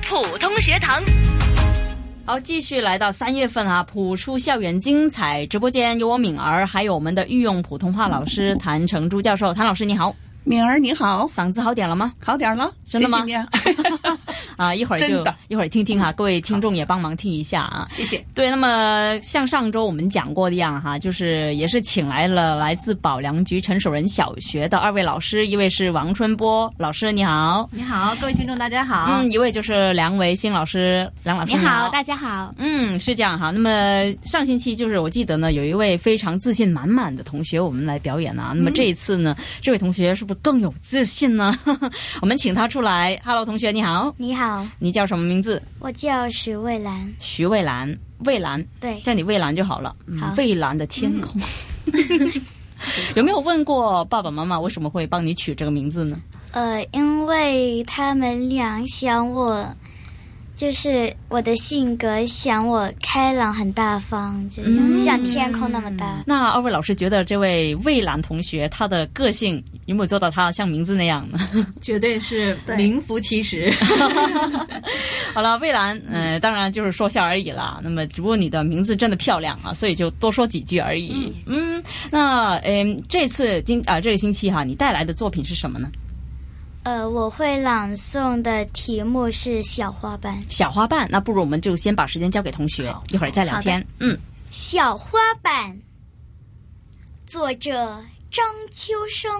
普通学堂。 好，继续来到3月份啊，普出校园精彩直播间有我敏儿，还有我们的御用普通话老师谭成珠教授。谭老师你好。 敏儿你好， 嗓子好点了吗？ 好点了， 真的吗？ 谢谢你啊，一会儿听听哈，各位听众也帮忙听一下啊。 谢谢。 对，那么像上周我们讲过的样哈，就是也是请来了来自保良局陈守仁小学的2位老师，一位是王春波老师，你好。 你好，各位听众大家好。 一位就是梁维新老师，梁老师你好，大家好。 是这样哈。那么上星期就是我记得呢，有一位非常自信满满的同学我们来表演啊。那么这一次呢，这位同学是不是更有自信呢？我们请他出来。Hello， 同学你好。 你好。 你叫什么名字？ 我叫徐蔚兰。 徐蔚兰，蔚兰。 对， 叫你蔚兰就好了。 好。 蔚蓝的天空。有没有问过爸爸妈妈为什么会帮你取这个名字呢？ 因为他们俩想我，就是我的性格想我开朗很大方，这样像天空那么大。 那2位老师觉得这位蔚兰同学他的个性有没有做到他像名字那样呢？ 绝对是名副其实。 好了，蔚兰，当然就是说笑而已啦。那么只不过你的名字真的漂亮啊，所以就多说几句而已。那这次这个星期哈，你带来的作品是什么呢？ 我会朗诵的题目是小花瓣。 小花瓣，那不如我们就先把时间交给同学，一会儿再聊天。 小花瓣，作者张秋生。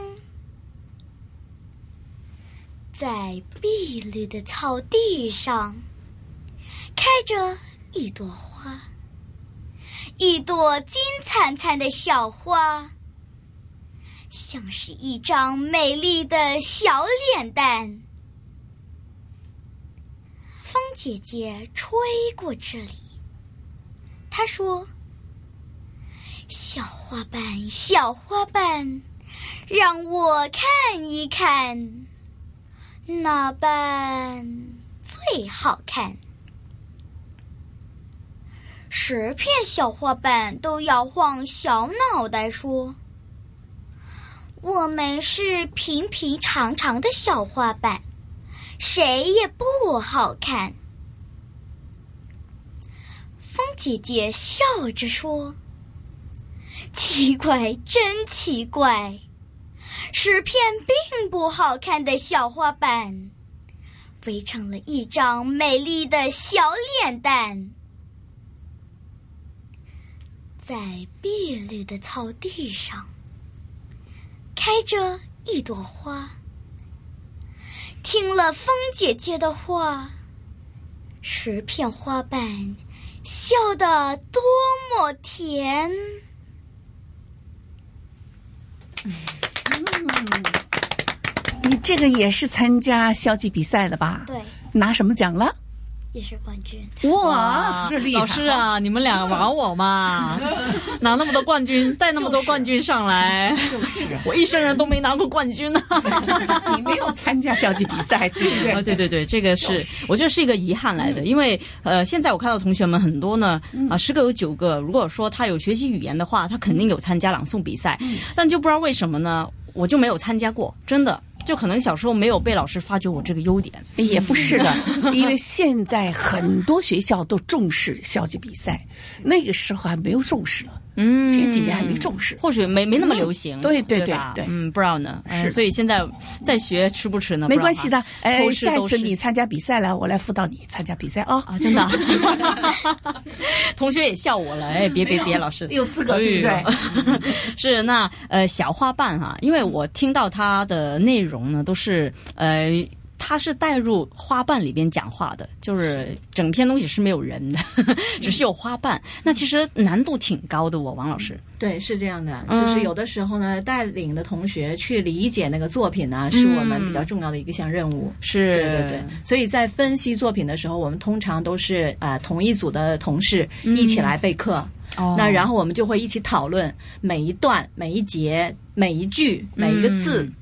在碧绿的草地上，开着一朵花，一朵金灿灿的小花，像是一张美丽的小脸蛋。风姐姐吹过这里，她说：小花瓣，小花瓣，让我看一看，哪瓣最好看？10片小花瓣都摇晃小脑袋说：我们是平平常常的小花瓣，谁也不好看。风姐姐笑着说：奇怪，真奇怪，10片并不好看的小花瓣围成了一张美丽的小脸蛋。在碧绿的草地上，开着一朵花。听了风姐姐的话，10片花瓣笑得多么甜。 你这个也是参加校际比赛的吧？ 对。 拿什么奖了？ 也是冠军。 哇，这厉害！ 老师啊，你们俩玩我嘛？拿那么多冠军，带那么多冠军上来， 就是我一生人都没拿过冠军呢。 你没有参加校际比赛，对不对？ 对对对，这个是我觉得是一个遗憾来的，因为现在我看到同学们很多呢10个有9个，如果说他有学习语言的话，他肯定有参加朗诵比赛，但就不知道为什么呢，我就没有参加过，真的。就可能小时候没有被老师发觉我这个优点。 也不是的，因为现在很多学校都重视校际比赛，那个时候还没有重视了。前几年还没重视， 或许没那么流行。 对不知道呢。所以现在在学迟不迟呢？ 没关系的。下一次你参加比赛了，我来辅导你参加比赛啊！ 真的。同学也笑我了，别，老师有资格对不对？ 是那小花瓣哈，因为我听到它的内容呢，都是他是带入花瓣里边讲话的，就是整篇东西是没有人的，只是有花瓣。那其实难度挺高的，王老师。 对，是这样的，就是有的时候呢，带领的同学去理解那个作品呢，是我们比较重要的一个项任务。 是， 对。所以在分析作品的时候，我们通常都是同一组的同事一起来备课。那然后我们就会一起讨论每一段、每一节、每一句、每一个字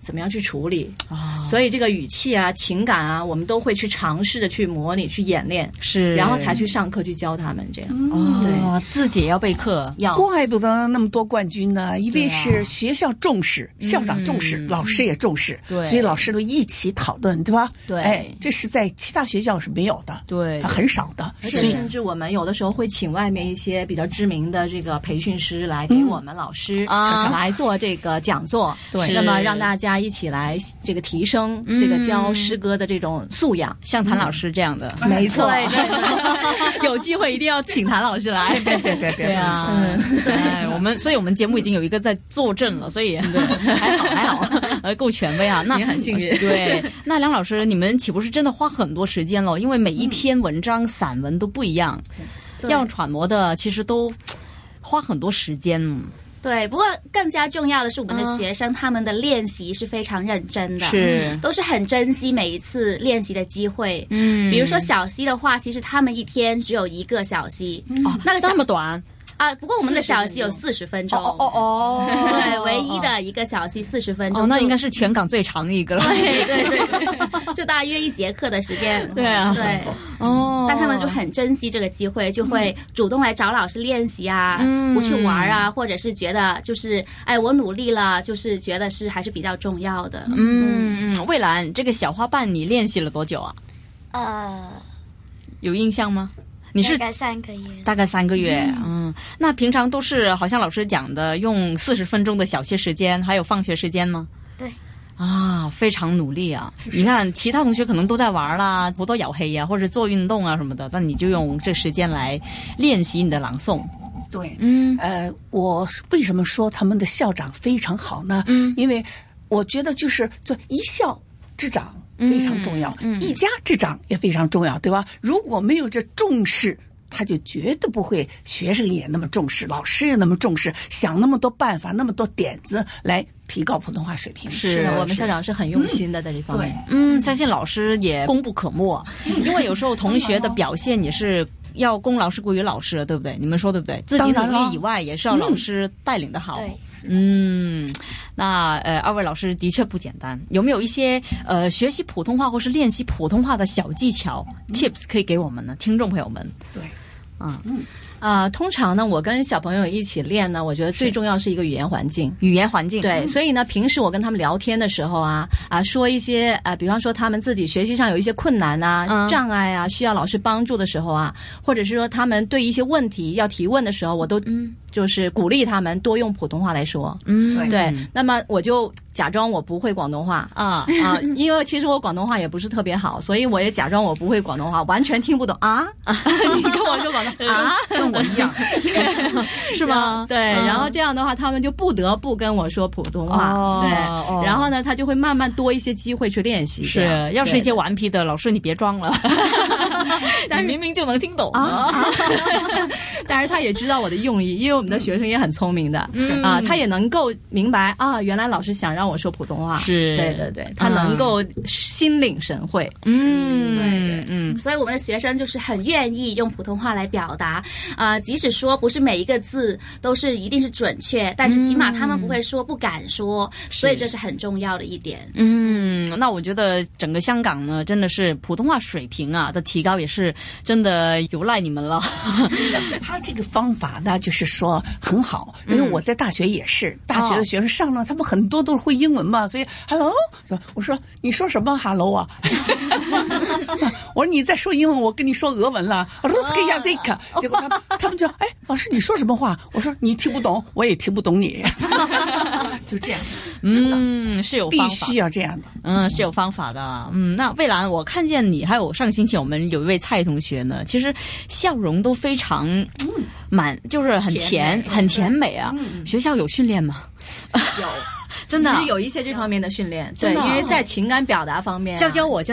怎么样去处理。所以这个语气啊、情感啊，我们都会去尝试的去模拟、去演练， 是， 然后才去上课去教他们这样。 对，自己也要备课， 怪不得那么多冠军呢，因为是学校重视，校长重视，老师也重视， 对， 所以老师都一起讨论，对吧？ 对， 这是在其他学校是没有的， 对， 它很少的。 而且甚至我们有的时候会请外面一些比较知名的这个培训师来给我们老师来做这个讲座， 对， 那么让大家一起来这个提升这个教诗歌的这种素养， 像谭老师这样的， 没错， 对，有机会一定要请谭老师来， 对啊，所以我们节目已经有一个在坐镇了，所以还好，够权威啊，那也很幸运。 对，那梁老师，你们岂不是真的花很多时间了？因为每一篇文章、散文都不一样，要揣摩的其实都花很多时间。 对，不过更加重要的是，我们的学生他们的练习是非常认真的， 是都是很珍惜每一次练习的机会。比如说小溪的话，其实他们一天只有1个小溪，那个这么短。 不过我们的小溪有40分钟。对，唯一的一个小溪40分钟。 那应该是全港最长的一个了。 对，就大约1节课的时间。 对啊， 对。但他们就很珍惜这个机会，就会主动来找老师练习啊，不去玩啊，或者是觉得就是我努力了，就是觉得是还是比较重要的。 蔚蓝，这个小花瓣你练习了多久啊？有印象吗？你是大概3个月，那平常都是好像老师讲的，用40分钟的小歇时间，还有放学时间吗？ 对。 非常努力啊！你看，其他同学可能都在玩啦，好多游戲啊，或者做运动啊什么的，但你就用这时间来练习你的朗诵。 对，我为什么说他们的校长非常好呢？因为我觉得就是做一校之长非常重要，一家之长也非常重要，对吧？如果没有这重视，他就绝对不会，学生也那么重视，老师也那么重视，想那么多办法，那么多点子来提高普通话水平。 是我们校长是很用心的在这方面。 相信老师也功不可没，因为有时候同学的表现也是要功劳是归于老师的，对不对？你们说对不对？自己努力以外，也是要老师带领的好。 对。 那二位老师的确不简单，有没有一些学习普通话或是练习普通话的小技巧 tips 可以给我们呢？听众朋友们。 对。 通常呢，我跟小朋友一起练呢，我觉得最重要是一个语言环境。对，所以呢，平时我跟他们聊天的时候说一些比方说他们自己学习上有一些困难障碍需要老师帮助的时候或者是说他们对一些问题要提问的时候，我都就是鼓励他们多用普通话来说。对，那么我就假装我不会广东话因为其实我广东话也不是特别好，所以我也假装我不会广东话，完全听不懂你跟我说广东话跟我一样是吗？ 对，然后这样的话他们就不得不跟我说普通话。对，然后呢他就会慢慢多一些机会去练习。 是，要是一些顽皮的老师你别装了但是明明就能听懂但是他也知道我的用意，因为我们的学生也很聪明的他也能够明白原来老师想让我说普通话。 是， 对，他能够心领神会。 所以我们的学生就是很愿意用普通话来表达即使说不是每一个字都是一定是准确，但是起码他们不会说不敢说，所以这是很重要的一点。 那我觉得整个香港呢，真的是普通话水平的提高也是真的有赖你们了他这个方法呢，就是说很好，因为我在大学也是，大学的学生上了，他们很多都是会英文嘛，所以 hello， 我说你说什么 hello 啊我说你在说英文，我跟你说俄文了结果他们就老师你说什么话？我说你听不懂，我也听不懂你就这样。 是有方法， 必须要这样的。 是有方法的。那蔚蓝，我看见你还有上星期我们有一位蔡同学呢，其实笑容都非常就是很甜美学校有训练吗？ 有真的其实有一些这方面的训练，对，因为在情感表达方面教我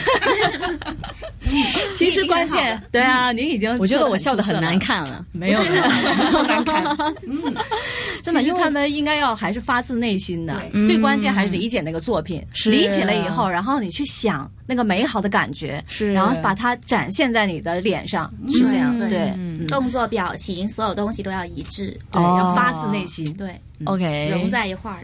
其实关键对您已经我觉得我笑得很难看了， 没有不难看真的，因为他们应该要还是发自内心的，最关键还是理解那个作品，理解了以后，然后你去想那个美好的感觉，然后把它展现在你的脸上，是这样。对， 动作表情所有东西都要一致， 对，要发自内心。 对 ，OK， 融在一块儿。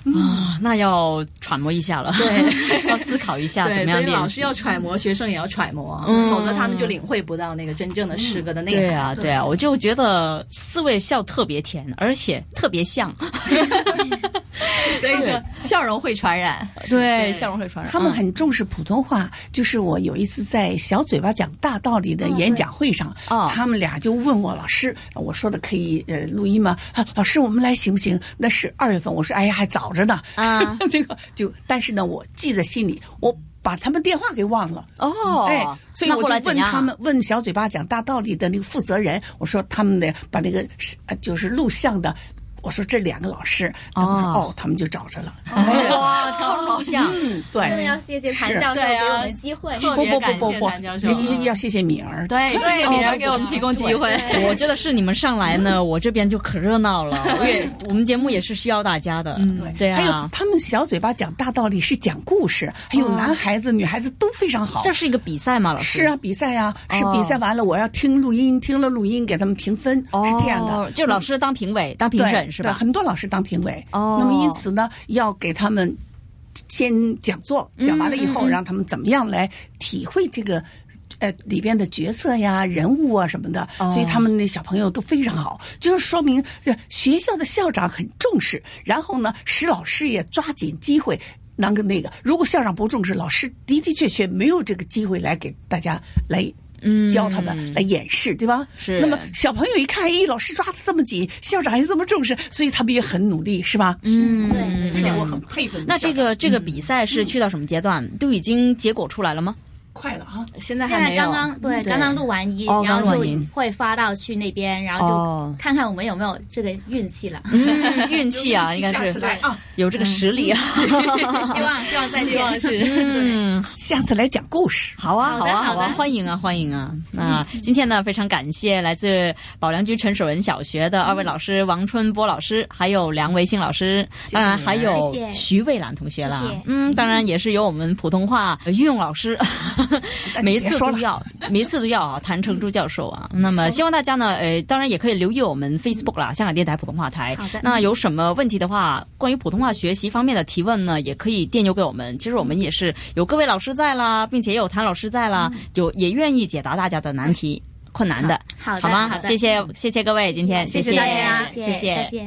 啊，那要揣摩一下了，对，要思考一下怎么样练习。 所以老师要揣摩，学生也要揣摩，否则他们就领会不到那个真正的诗歌的内涵。 对啊，我就觉得4位笑特别甜，而且特别像。 所以说笑容会传染， 对，笑容会传染。 他们很重视普通话，就是我有一次在小嘴巴讲大道理的演讲会上，他们俩就问我老师，我说的可以录音吗？老师，我们来行不行？那是2月份，我说哎呀还早着呢啊，这个但是呢我记在心里，我把他们电话给忘了所以我就问他们，问小嘴巴讲大道理的那个负责人，我说他们的把那个就是录像的。我说这2个老师，他们说他们就找着了。 哇，靠录像， 对， 真的要谢谢谭教授给我们机会。 不， 谭教授要谢谢敏儿， 对，谢谢敏儿给我们提供机会。我觉得是你们上来呢，我这边就可热闹了。我们节目也是需要大家的，对啊。 还有他们小嘴巴讲大道理是讲故事，还有男孩子、女孩子都非常好。 这是一个比赛吗，老师？ 是啊，比赛啊，是比赛完了我要听录音，听了录音给他们评分，是这样的。 就老师当评委、当评审是吧？ 对，很多老师当评委。那么因此呢，要给他们先讲座，讲完了以后，让他们怎么样来体会这个里边的角色呀、人物啊什么的，所以他们那小朋友都非常好，就是说明学校的校长很重视，然后呢，使老师也抓紧机会。那个，如果校长不重视，老师的确没有这个机会来给大家来教他们来演示，对吧？ 是。 那么小朋友一看，老师抓得这么紧，校长也这么重视，所以他们也很努力，是吧？ 对， 这点我很佩服。 那这个比赛是去到什么阶段？都已经结果出来了吗？ 快了哈， 现在还没有。 刚刚录完音，然后就会发到去那边，然后就看看我们有没有这个运气了。 运气啊，应该是有这个实力啊。 希望再见。 是， 下次来讲故事。 好啊，欢迎啊！那今天呢，非常感谢来自保良局陈守仁小学的2位老师王春波老师，还有梁维新老师，当然还有徐蔚兰同学啦。当然也是有我们普通话运用老师。每一次都要啊，谭成珠教授啊。那么希望大家呢，当然也可以留意我们 Facebook 啦，香港电台普通话台。 好的。 那有什么问题的话，关于普通话学习方面的提问呢，也可以电邮给我们。其实我们也是有各位老师在啦，并且也有谭老师在啦，也愿意解答大家的难题、困难的。 好吗？谢谢各位，今天谢谢大家， 谢谢，再见。